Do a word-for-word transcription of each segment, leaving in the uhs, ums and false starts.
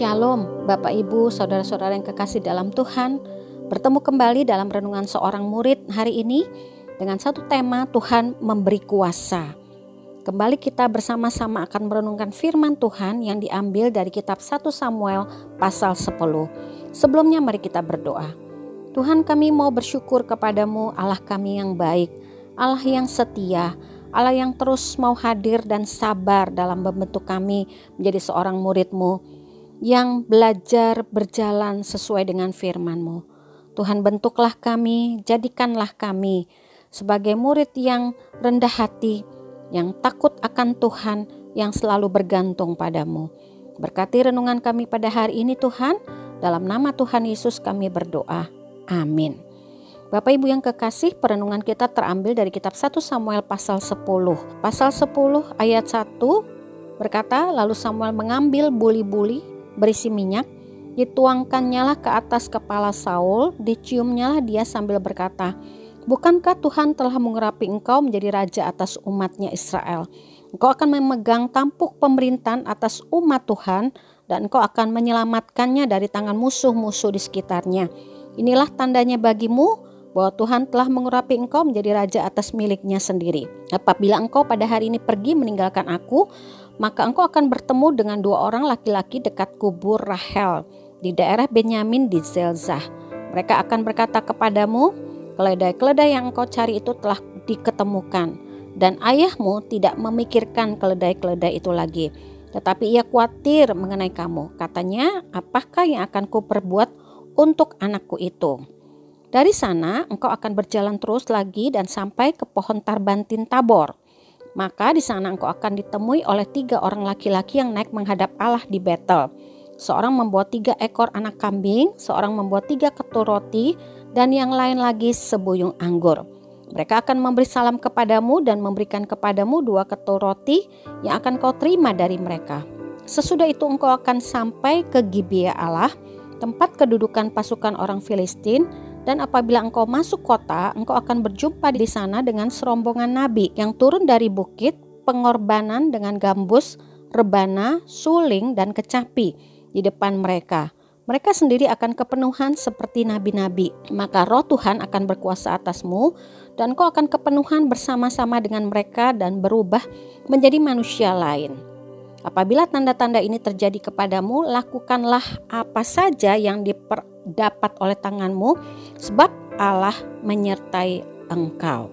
Shalom Bapak Ibu, saudara-saudara yang kekasih dalam Tuhan. Bertemu kembali dalam renungan seorang murid hari ini dengan satu tema, Tuhan memberi kuasa. Kembali kita bersama-sama akan merenungkan firman Tuhan yang diambil dari kitab satu Samuel pasal sepuluh. Sebelumnya mari kita berdoa. Tuhan, kami mau bersyukur kepadamu, Allah kami yang baik, Allah yang setia, Allah yang terus mau hadir dan sabar dalam membentuk kami menjadi seorang murid-Mu yang belajar berjalan sesuai dengan firman-Mu. Tuhan, bentuklah kami, jadikanlah kami sebagai murid yang rendah hati, yang takut akan Tuhan, yang selalu bergantung padamu. Berkati renungan kami pada hari ini Tuhan, dalam nama Tuhan Yesus kami berdoa. Amin. Bapak Ibu yang kekasih, perenungan kita terambil dari kitab satu Samuel pasal sepuluh. Pasal sepuluh ayat satu berkata, lalu Samuel mengambil buli-buli berisi minyak, dituangkannyalah ke atas kepala Saul, diciumnyalah dia sambil berkata, bukankah Tuhan telah mengurapi engkau menjadi raja atas umatnya Israel? Engkau akan memegang tampuk pemerintahan atas umat Tuhan, dan engkau akan menyelamatkannya dari tangan musuh-musuh di sekitarnya. Inilah tandanya bagimu bahwa Tuhan telah mengurapi engkau menjadi raja atas miliknya sendiri. Apabila engkau pada hari ini pergi meninggalkan aku, maka engkau akan bertemu dengan dua orang laki-laki dekat kubur Rahel di daerah Benyamin di Zelzah. Mereka akan berkata kepadamu, keledai-keledai yang engkau cari itu telah diketemukan, dan ayahmu tidak memikirkan keledai-keledai itu lagi, tetapi ia khawatir mengenai kamu. Katanya, apakah yang akan kuperbuat untuk anakku itu? Dari sana engkau akan berjalan terus lagi dan sampai ke pohon tarbantin Tabor. Maka di sana engkau akan ditemui oleh tiga orang laki-laki yang naik menghadap Allah di Betel. Seorang membawa tiga ekor anak kambing, seorang membawa tiga ketul roti, dan yang lain lagi sebuyung anggur. Mereka akan memberi salam kepadamu dan memberikan kepadamu dua ketul roti yang akan kau terima dari mereka. Sesudah itu engkau akan sampai ke Gibea Allah, tempat kedudukan pasukan orang Filistin. Dan apabila engkau masuk kota, engkau akan berjumpa di sana dengan serombongan nabi yang turun dari bukit, pengorbanan dengan gambus, rebana, suling, dan kecapi di depan mereka. Mereka sendiri akan kepenuhan seperti nabi-nabi. Maka roh Tuhan akan berkuasa atasmu, dan engkau akan kepenuhan bersama-sama dengan mereka dan berubah menjadi manusia lain. Apabila tanda-tanda ini terjadi kepadamu, lakukanlah apa saja yang didapat oleh tanganmu, sebab Allah menyertai engkau.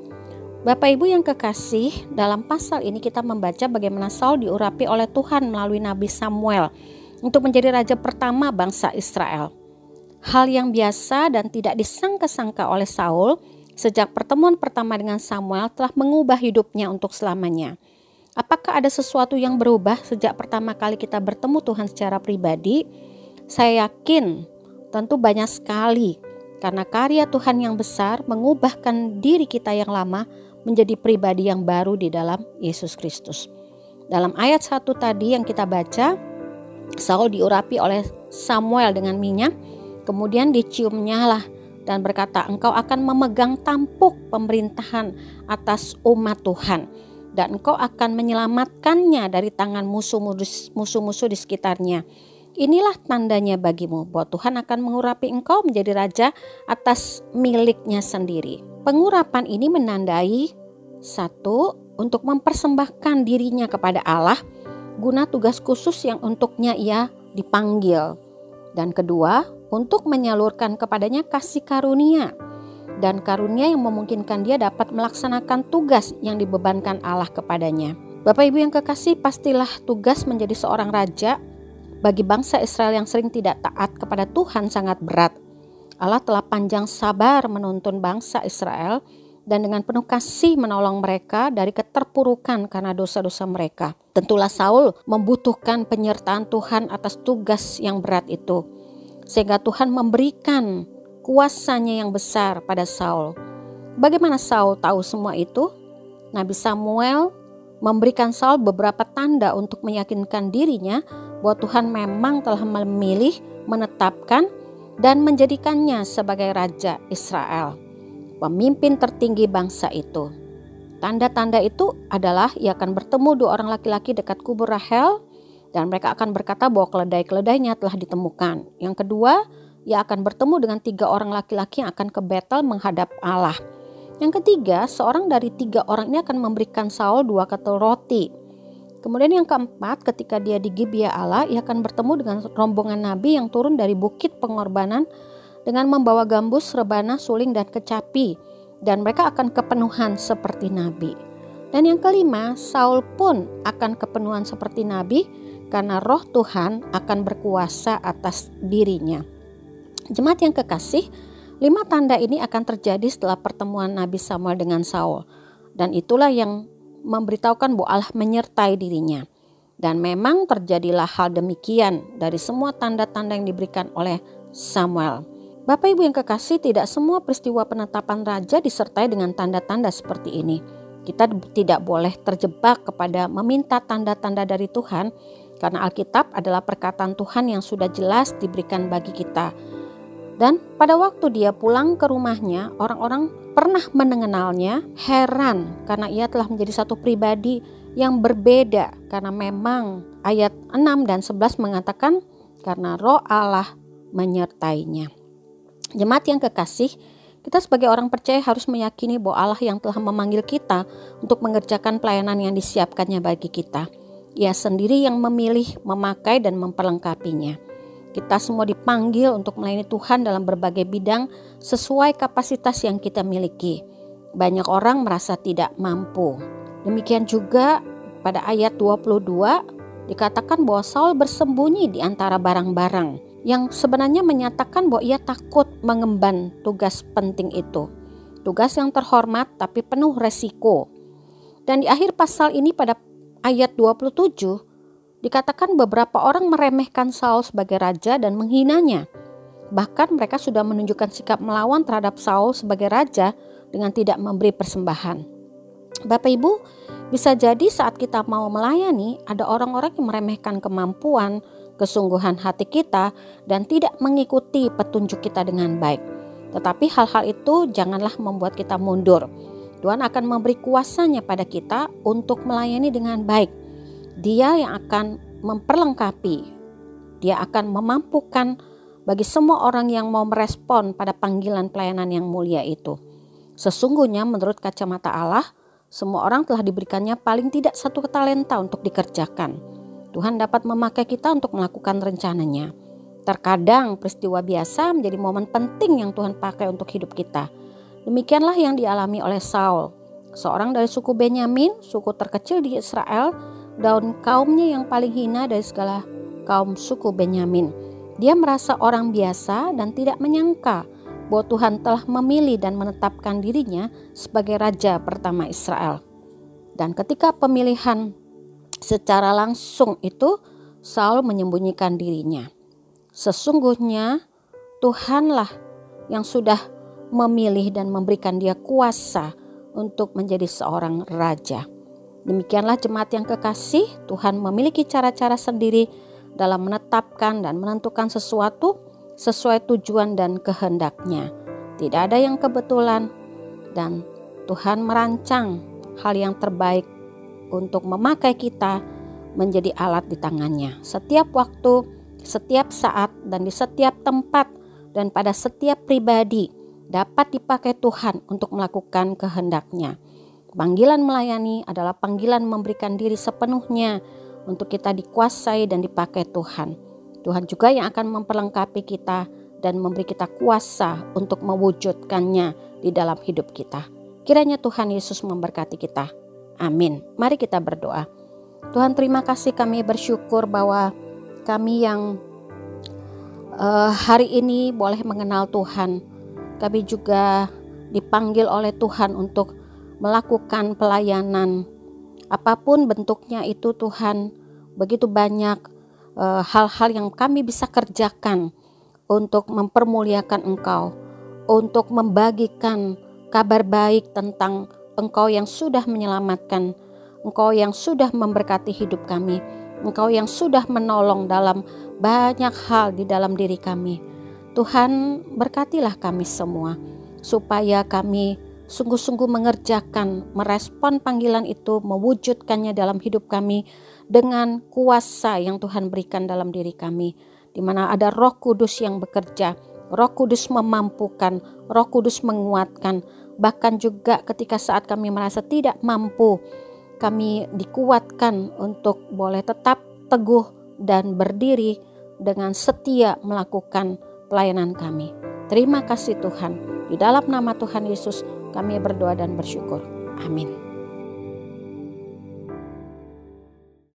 Bapak Ibu yang kekasih, dalam pasal ini kita membaca bagaimana Saul diurapi oleh Tuhan melalui Nabi Samuel untuk menjadi raja pertama bangsa Israel. Hal yang biasa dan tidak disangka-sangka oleh Saul sejak pertemuan pertama dengan Samuel telah mengubah hidupnya untuk selamanya. Apakah ada sesuatu yang berubah sejak pertama kali kita bertemu Tuhan secara pribadi? Saya yakin tentu banyak sekali, karena karya Tuhan yang besar mengubahkan diri kita yang lama menjadi pribadi yang baru di dalam Yesus Kristus. Dalam ayat satu tadi yang kita baca, Saul diurapi oleh Samuel dengan minyak, kemudian diciumnyalah dan berkata, engkau akan memegang tampuk pemerintahan atas umat Tuhan, dan engkau akan menyelamatkannya dari tangan musuh-musuh di sekitarnya. Inilah tandanya bagimu bahwa Tuhan akan mengurapi engkau menjadi raja atas miliknya sendiri. Pengurapan ini menandai satu, untuk mempersembahkan dirinya kepada Allah guna tugas khusus yang untuknya ia dipanggil, dan kedua, untuk menyalurkan kepadanya kasih karunia dan karunia yang memungkinkan dia dapat melaksanakan tugas yang dibebankan Allah kepadanya. Bapak Ibu yang kekasih, pastilah tugas menjadi seorang raja bagi bangsa Israel yang sering tidak taat kepada Tuhan sangat berat. Allah telah panjang sabar menuntun bangsa Israel dan dengan penuh kasih menolong mereka dari keterpurukan karena dosa-dosa mereka. Tentulah Saul membutuhkan penyertaan Tuhan atas tugas yang berat itu, sehingga Tuhan memberikan kuasanya yang besar pada Saul. Bagaimana Saul tahu semua itu? Nabi Samuel memberikan Saul beberapa tanda untuk meyakinkan dirinya bahwa Tuhan memang telah memilih, menetapkan, dan menjadikannya sebagai raja Israel, pemimpin tertinggi bangsa itu. Tanda-tanda itu adalah ia akan bertemu dua orang laki-laki dekat kubur Rahel Dan mereka akan berkata bahwa keledai-keledainya telah ditemukan. Yang kedua, ia akan bertemu dengan tiga orang laki-laki yang akan ke Betel menghadap Allah. Yang ketiga, seorang dari tiga orang ini akan memberikan Saul dua ketul roti. Kemudian yang keempat, ketika dia di Gibea Allah, ia akan bertemu dengan rombongan nabi yang turun dari bukit pengorbanan dengan membawa gambus, rebana, suling, dan kecapi. Dan mereka akan kepenuhan seperti nabi. Dan yang kelima, Saul pun akan kepenuhan seperti nabi karena roh Tuhan akan berkuasa atas dirinya. Jemaat yang kekasih, lima tanda ini akan terjadi setelah pertemuan Nabi Samuel dengan Saul. Dan itulah yang memberitahukan bahwa Allah menyertai dirinya. Dan memang terjadilah hal demikian dari semua tanda-tanda yang diberikan oleh Samuel. Bapak Ibu yang kekasih, tidak semua peristiwa penetapan raja disertai dengan tanda-tanda seperti ini. Kita tidak boleh terjebak kepada meminta tanda-tanda dari Tuhan, karena Alkitab adalah perkataan Tuhan yang sudah jelas diberikan bagi kita. Dan pada waktu dia pulang ke rumahnya, orang-orang pernah mengenalnya, heran karena ia telah menjadi satu pribadi yang berbeda. Karena memang ayat enam dan sebelas mengatakan karena roh Allah menyertainya. Jemaat yang kekasih, kita sebagai orang percaya harus meyakini bahwa Allah yang telah memanggil kita untuk mengerjakan pelayanan yang disiapkannya bagi kita. Ia sendiri yang memilih, memakai, dan memperlengkapinya. Kita semua dipanggil untuk melayani Tuhan dalam berbagai bidang sesuai kapasitas yang kita miliki. Banyak orang merasa tidak mampu. Demikian juga pada ayat dua puluh dua dikatakan bahwa Saul bersembunyi di antara barang-barang, yang sebenarnya menyatakan bahwa ia takut mengemban tugas penting itu. Tugas yang terhormat tapi penuh resiko. Dan di akhir pasal ini pada ayat dua puluh tujuh dikatakan beberapa orang meremehkan Saul sebagai raja dan menghinanya. Bahkan mereka sudah menunjukkan sikap melawan terhadap Saul sebagai raja dengan tidak memberi persembahan. Bapak Ibu, bisa jadi saat kita mau melayani ada orang-orang yang meremehkan kemampuan, kesungguhan hati kita dan tidak mengikuti petunjuk kita dengan baik. Tetapi hal-hal itu janganlah membuat kita mundur. Tuhan akan memberi kuasanya pada kita untuk melayani dengan baik. Dia yang akan memperlengkapi, dia akan memampukan bagi semua orang yang mau merespon pada panggilan pelayanan yang mulia itu. Sesungguhnya menurut kacamata Allah, semua orang telah diberikannya paling tidak satu talenta untuk dikerjakan. Tuhan dapat memakai kita untuk melakukan rencananya. Terkadang peristiwa biasa menjadi momen penting yang Tuhan pakai untuk hidup kita. Demikianlah yang dialami oleh Saul, seorang dari suku Benyamin, suku terkecil di Israel, dan kaumnya yang paling hina dari segala kaum suku Benyamin. Dia merasa orang biasa dan tidak menyangka bahwa Tuhan telah memilih dan menetapkan dirinya sebagai raja pertama Israel. Dan ketika pemilihan secara langsung itu, Saul menyembunyikan dirinya. Sesungguhnya Tuhanlah yang sudah memilih dan memberikan dia kuasa untuk menjadi seorang raja. Demikianlah jemaat yang kekasih, Tuhan memiliki cara-cara sendiri dalam menetapkan dan menentukan sesuatu sesuai tujuan dan kehendaknya. Tidak ada yang kebetulan dan Tuhan merancang hal yang terbaik untuk memakai kita menjadi alat di tangannya. Setiap waktu, setiap saat, dan di setiap tempat dan pada setiap pribadi dapat dipakai Tuhan untuk melakukan kehendaknya. Panggilan melayani adalah panggilan memberikan diri sepenuhnya untuk kita dikuasai dan dipakai Tuhan. Tuhan juga yang akan memperlengkapi kita dan memberi kita kuasa untuk mewujudkannya di dalam hidup kita. Kiranya Tuhan Yesus memberkati kita. Amin. Mari kita berdoa. Tuhan, terima kasih, kami bersyukur bahwa kami yang uh, hari ini boleh mengenal Tuhan. Kami juga dipanggil oleh Tuhan untuk melakukan pelayanan apapun bentuknya itu. Tuhan, begitu banyak e, hal-hal yang kami bisa kerjakan untuk mempermuliakan Engkau, untuk membagikan kabar baik tentang Engkau yang sudah menyelamatkan, Engkau yang sudah memberkati hidup kami, Engkau yang sudah menolong dalam banyak hal di dalam diri kami. Tuhan, berkatilah kami semua supaya kami sungguh-sungguh mengerjakan, merespon panggilan itu, mewujudkannya dalam hidup kami dengan kuasa yang Tuhan berikan dalam diri kami, di mana ada Roh Kudus yang bekerja. Roh Kudus memampukan, Roh Kudus menguatkan. Bahkan juga ketika saat kami merasa tidak mampu, kami dikuatkan untuk boleh tetap teguh dan berdiri dengan setia melakukan pelayanan kami. Terima kasih Tuhan. Di dalam nama Tuhan Yesus kami berdoa dan bersyukur. Amin.